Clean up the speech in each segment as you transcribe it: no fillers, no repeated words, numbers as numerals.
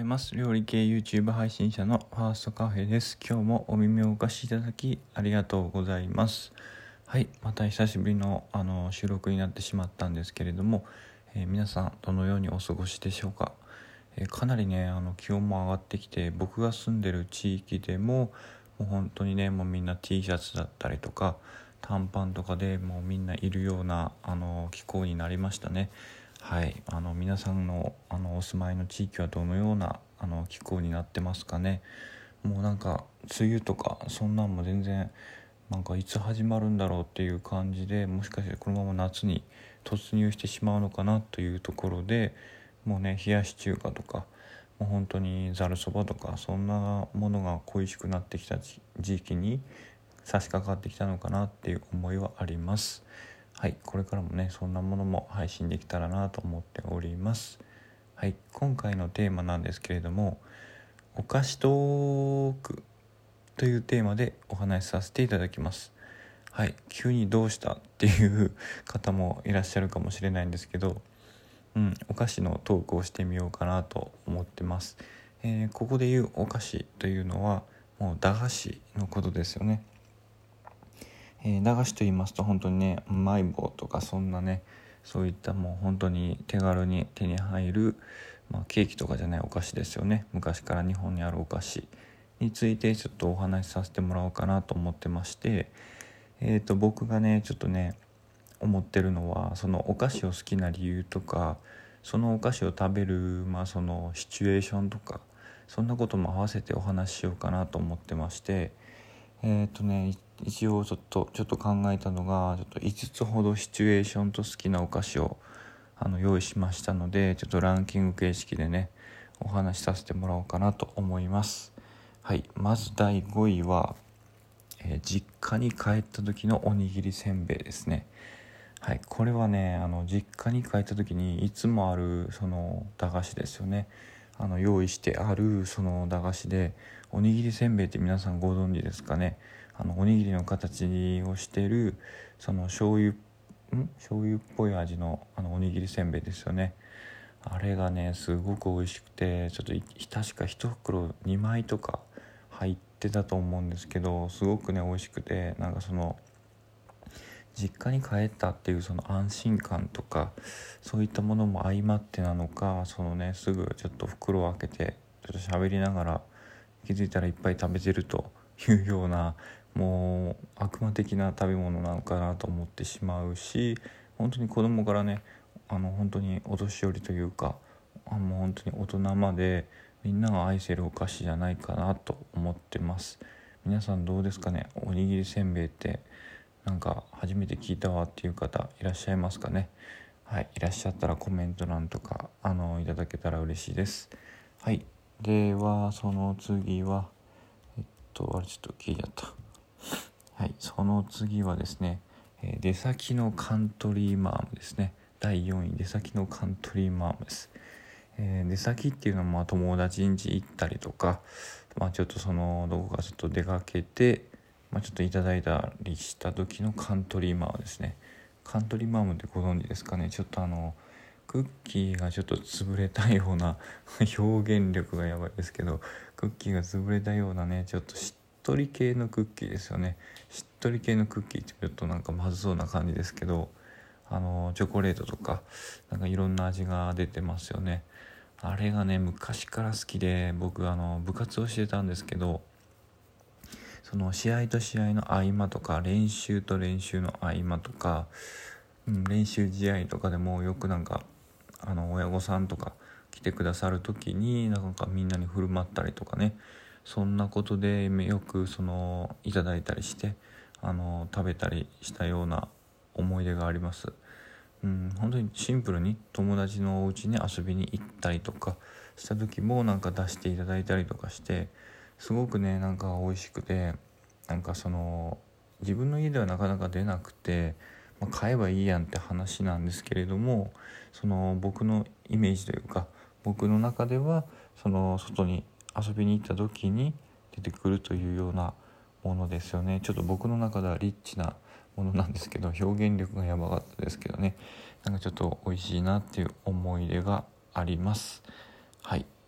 ます。料理系 YouTube 配信者のファーストカフェです。今日もお耳をお貸しいただきありがとうございます。はい、また久しぶりの、収録になってしまったんですけれども、皆さんどのようにお過ごしでしょうか。かなりね気温も上がってきて、僕が住んでる地域でももう本当にねもうみんな T シャツだったりとか短パンとかでもうみんないるような気候になりましたね。はい、皆さんのお住まいの地域はどのような気候になってますかね。もうなんか梅雨とかそんなんも全然なんかいつ始まるんだろうっていう感じで、もしかしてこのまま夏に突入してしまうのかなというところで、もうね冷やし中華とかもう本当にざるそばとかそんなものが恋しくなってきた時期に差し掛かってきたのかなっていう思いはあります。はい、これからもねそんなものも配信できたらなと思っております。はい、今回のテーマなんですけれども、お菓子トークというテーマでお話しさせていただきます。はい、急にどうしたっていう方もいらっしゃるかもしれないんですけど、お菓子のトークをしてみようかなと思ってます。ここで言うお菓子というのはもう駄菓子のことですよね。駄菓子と言いますと本当にねマイボーとかそんなねそういったもう本当に手軽に手に入る、ケーキとかじゃないお菓子ですよね。昔から日本にあるお菓子についてちょっとお話しさせてもらおうかなと思ってまして、僕がねちょっとね思ってるのは、そのお菓子を好きな理由とかそのお菓子を食べる、そのシチュエーションとかそんなことも合わせてお話ししようかなと思ってまして、一応ちょっと考えたのがちょっと5つほどシチュエーションと好きなお菓子を用意しましたので、ちょっとランキング形式でねお話しさせてもらおうかなと思います。はい、まず第5位は、実家に帰った時のおにぎりせんべいですね。はい、これはね実家に帰った時にいつもあるその駄菓子ですよね。用意してあるその駄菓子で、おにぎりせんべいって皆さんご存知ですかね。おにぎりの形をしているその醤油っぽい味のおにぎりせんべいですよね。あれがねすごく美味しくて、ちょっと確か1袋2枚とか入ってたと思うんですけど、すごくね美味しくて、なんかその実家に帰ったっていうその安心感とかそういったものも相まってなのか、そのねすぐちょっと袋を開けてちょっと喋りながら気づいたらいっぱい食べてるというような、もう悪魔的な食べ物なのかなと思ってしまうし、本当に子供からね本当にお年寄りというかもう本当に大人までみんなが愛せるお菓子じゃないかなと思ってます。皆さんどうですかね。おにぎりせんべいってなんか初めて聞いたわっていう方いらっしゃいますかね。はい、いらっしゃったらコメント欄とかいただけたら嬉しいです。はい、ではその次はあれちょっと聞いちゃった。はい、その次はですね、出先のカントリーマームですね。第4位、出先のカントリーマームです。出先っていうのは友達ん家行ったりとか、ちょっとそのどこかちょっと出かけて、ちょっといただいたりした時のカントリーマームですね。カントリーマームってご存知ですかね。ちょっとクッキーがちょっと潰れたような表現力がやばいですけど、クッキーが潰れたようなねちょっとしっとり系のクッキーですよね。しっとり系のクッキーってちょっとなんかまずそうな感じですけど、チョコレートとかなんかいろんな味が出てますよね。あれがね昔から好きで、僕部活をしてたんですけど、その試合と試合の合間とか練習と練習の合間とか、練習試合とかでもよくなんか親御さんとか来てくださる時になんかみんなに振る舞ったりとかね、そんなことでよくそのいただいたりして食べたりしたような思い出があります。本当にシンプルに友達のお家に遊びに行ったりとかした時もなんか出していただいたりとかして、すごくねなんか美味しくて、なんかその自分の家ではなかなか出なくて、買えばいいやんって話なんですけれども、その僕のイメージというか僕の中ではその外に遊びに行った時に出てくるというようなものですよね。ちょっと僕の中ではリッチなものなんですけど、表現力がやばかったですけどね、なんかちょっと美味しいなっていう思い出があります。はい、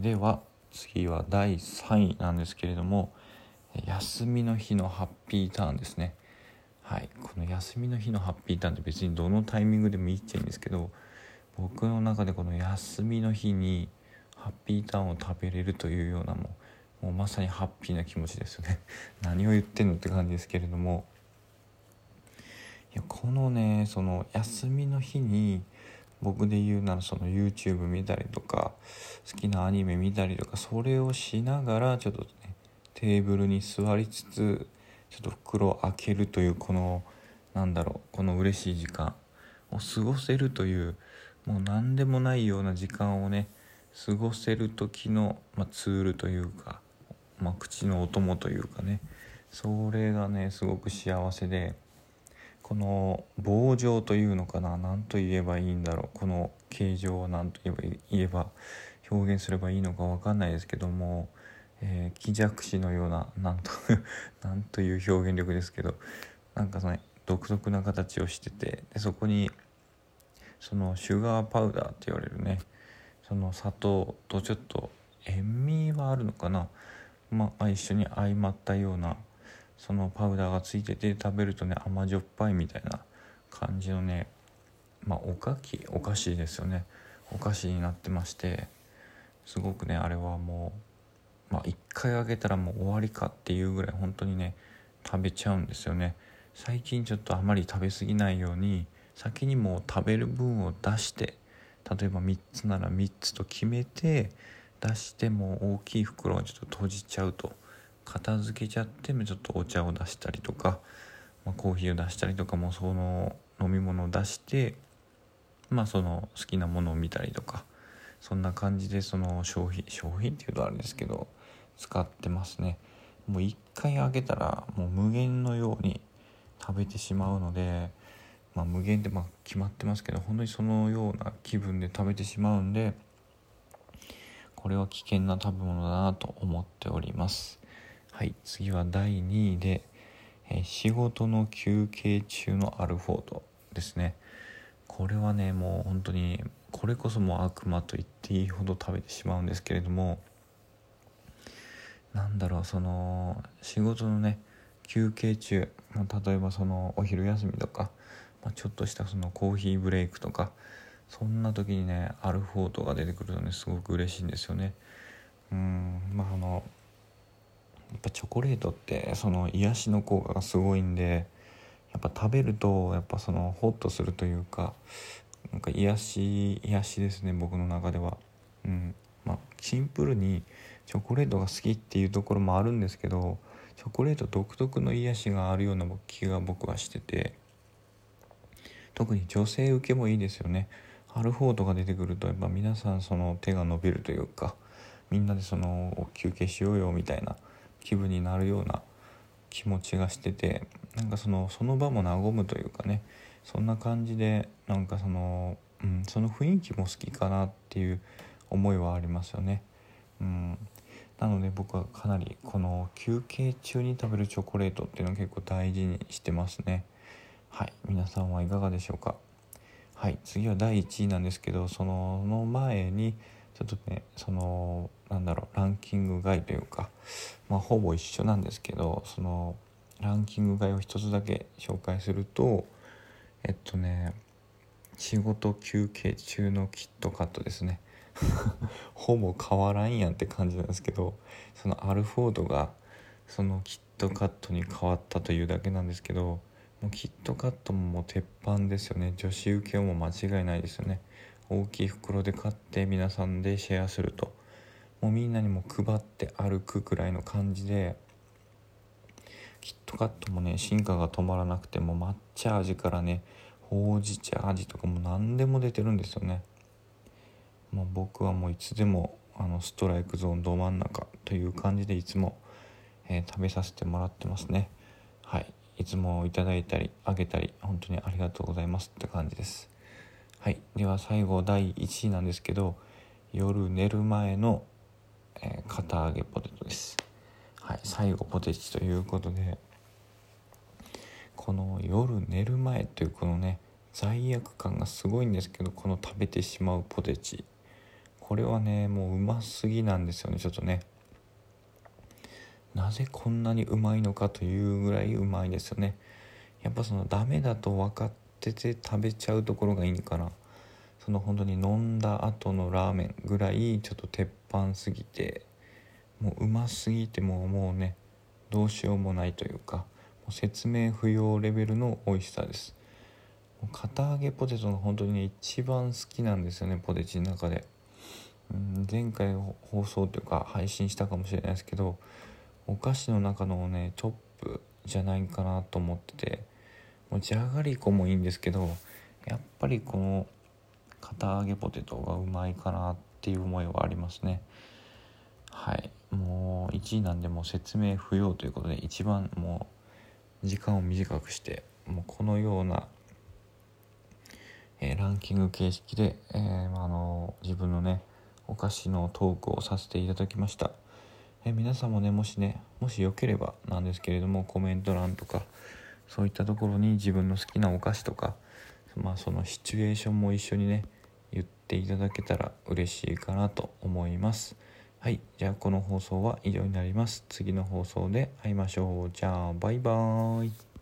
では次は第3位なんですけれども、休みの日のハッピーターンですね。はい、この休みの日のハッピーターンって別にどのタイミングでもいいっちゃいいんですけど、僕の中でこの休みの日にハッピーターンを食べれるというようなもうまさにハッピーな気持ちですよね何を言ってんのって感じですけれども、いやこのねその休みの日に僕で言うならその YouTube 見たりとか好きなアニメ見たりとか、それをしながらちょっとねテーブルに座りつつちょっと袋を開けるというこのこの嬉しい時間を過ごせるという、もう何でもないような時間をね過ごせる時の、ツールというか、口のお供というかね、それがねすごく幸せで、この棒状というのかな、何と言えばいいんだろう、この形状を何と言えば表現すればいいのか分かんないですけども、木弱視のようななんという表現力ですけど、その独特な形をしてて、でそこにそのシュガーパウダーって言われるね、その砂糖とちょっと塩味はあるのかな、一緒に相まったようなそのパウダーがついてて、食べるとね甘じょっぱいみたいな感じのね、お菓子ですよね。お菓子になってまして、すごくねあれはもう一回あげたらもう終わりかっていうぐらい本当にね食べちゃうんですよね。最近ちょっとあまり食べ過ぎないように先にもう食べる分を出して、例えば3つなら3つと決めて出して、もう大きい袋をちょっと閉じちゃうと、片付けちゃって、ちょっとお茶を出したりとか、コーヒーを出したりとか、もその飲み物を出して、その好きなものを見たりとか、そんな感じでその消費っていうとあれですけど使ってますね。もう一回あげたらもう無限のように食べてしまうので、無限って決まってますけど、本当にそのような気分で食べてしまうんで、これは危険な食べ物だなと思っております。はい、次は第2位で、仕事の休憩中のアルフォートですね。これはねもう本当にこれこそもう悪魔と言っていいほど食べてしまうんですけれども、その仕事のね休憩中、例えばそのお昼休みとか、ちょっとしたそのコーヒーブレイクとか、そんな時にねアルフォートが出てくるとねすごく嬉しいんですよね。やっぱチョコレートってその癒しの効果がすごいんで、やっぱ食べるとやっぱそのホッとするというか、癒しですね、僕の中では。シンプルにチョコレートが好きっていうところもあるんですけど、チョコレート独特の癒しがあるような気が僕はしてて、特に女性受けもいいですよね。アルフォートが出てくるとやっぱ皆さんその手が伸びるというか、みんなでその休憩しようよみたいな気分になるような気持ちがしてて、その場も和むというかね、そんな感じでその雰囲気も好きかなっていう思いはありますよね。なので僕はかなりこの休憩中に食べるチョコレートっていうのを結構大事にしてますね。はい、皆さんはいかがでしょうか。はい、次は第1位なんですけど、その前にちょっとねランキング外というか、ほぼ一緒なんですけど、そのランキング外を一つだけ紹介すると、仕事休憩中のキットカットですねほぼ変わらんやんって感じなんですけど、そのアルフォードがそのキットカットに変わったというだけなんですけど、もうキットカットも鉄板ですよね。女子受けも間違いないですよね。大きい袋で買って皆さんでシェアすると、もうみんなにも配って歩くくらいの感じで、キットカットもね進化が止まらなくて、も抹茶味からねほうじ茶味とかも何でも出てるんですよね。もう僕はもういつでもストライクゾーンど真ん中という感じでいつも、食べさせてもらってますね。はい、いつもいただいたりあげたり本当にありがとうございますって感じです。はい、では最後第1位なんですけど、夜寝る前の、堅揚げポテトです。はい、最後ポテチということで、この夜寝る前というこのね罪悪感がすごいんですけど、この食べてしまうポテチ、 これはねもううますぎなんですよね。ちょっとね、なぜこんなにうまいのかというぐらいうまいですよね。やっぱそのダメだと分かってて食べちゃうところがいいのかな。その本当に飲んだ後のラーメンぐらいちょっと鉄板すぎて、もううますぎてもうねどうしようもないというか、もう説明不要レベルの美味しさです。もう堅揚げポテトが本当にね一番好きなんですよね、ポテチの中で。前回放送というか配信したかもしれないですけど、お菓子の中のねトップじゃないかなと思ってて、もうじゃがりこもいいんですけど、やっぱりこの堅揚げポテトがうまいかなっていう思いはありますね。はい、もう1位なんでもう説明不要ということで、一番もう時間を短くして、もうこのような、ランキング形式で、自分のねお菓子のトークをさせていただきました。皆さんもねもしよければなんですけれども、コメント欄とかそういったところに自分の好きなお菓子とか、そのシチュエーションも一緒にね言っていただけたら嬉しいかなと思います。はい、じゃあこの放送は以上になります。次の放送で会いましょう。じゃあバイバーイ。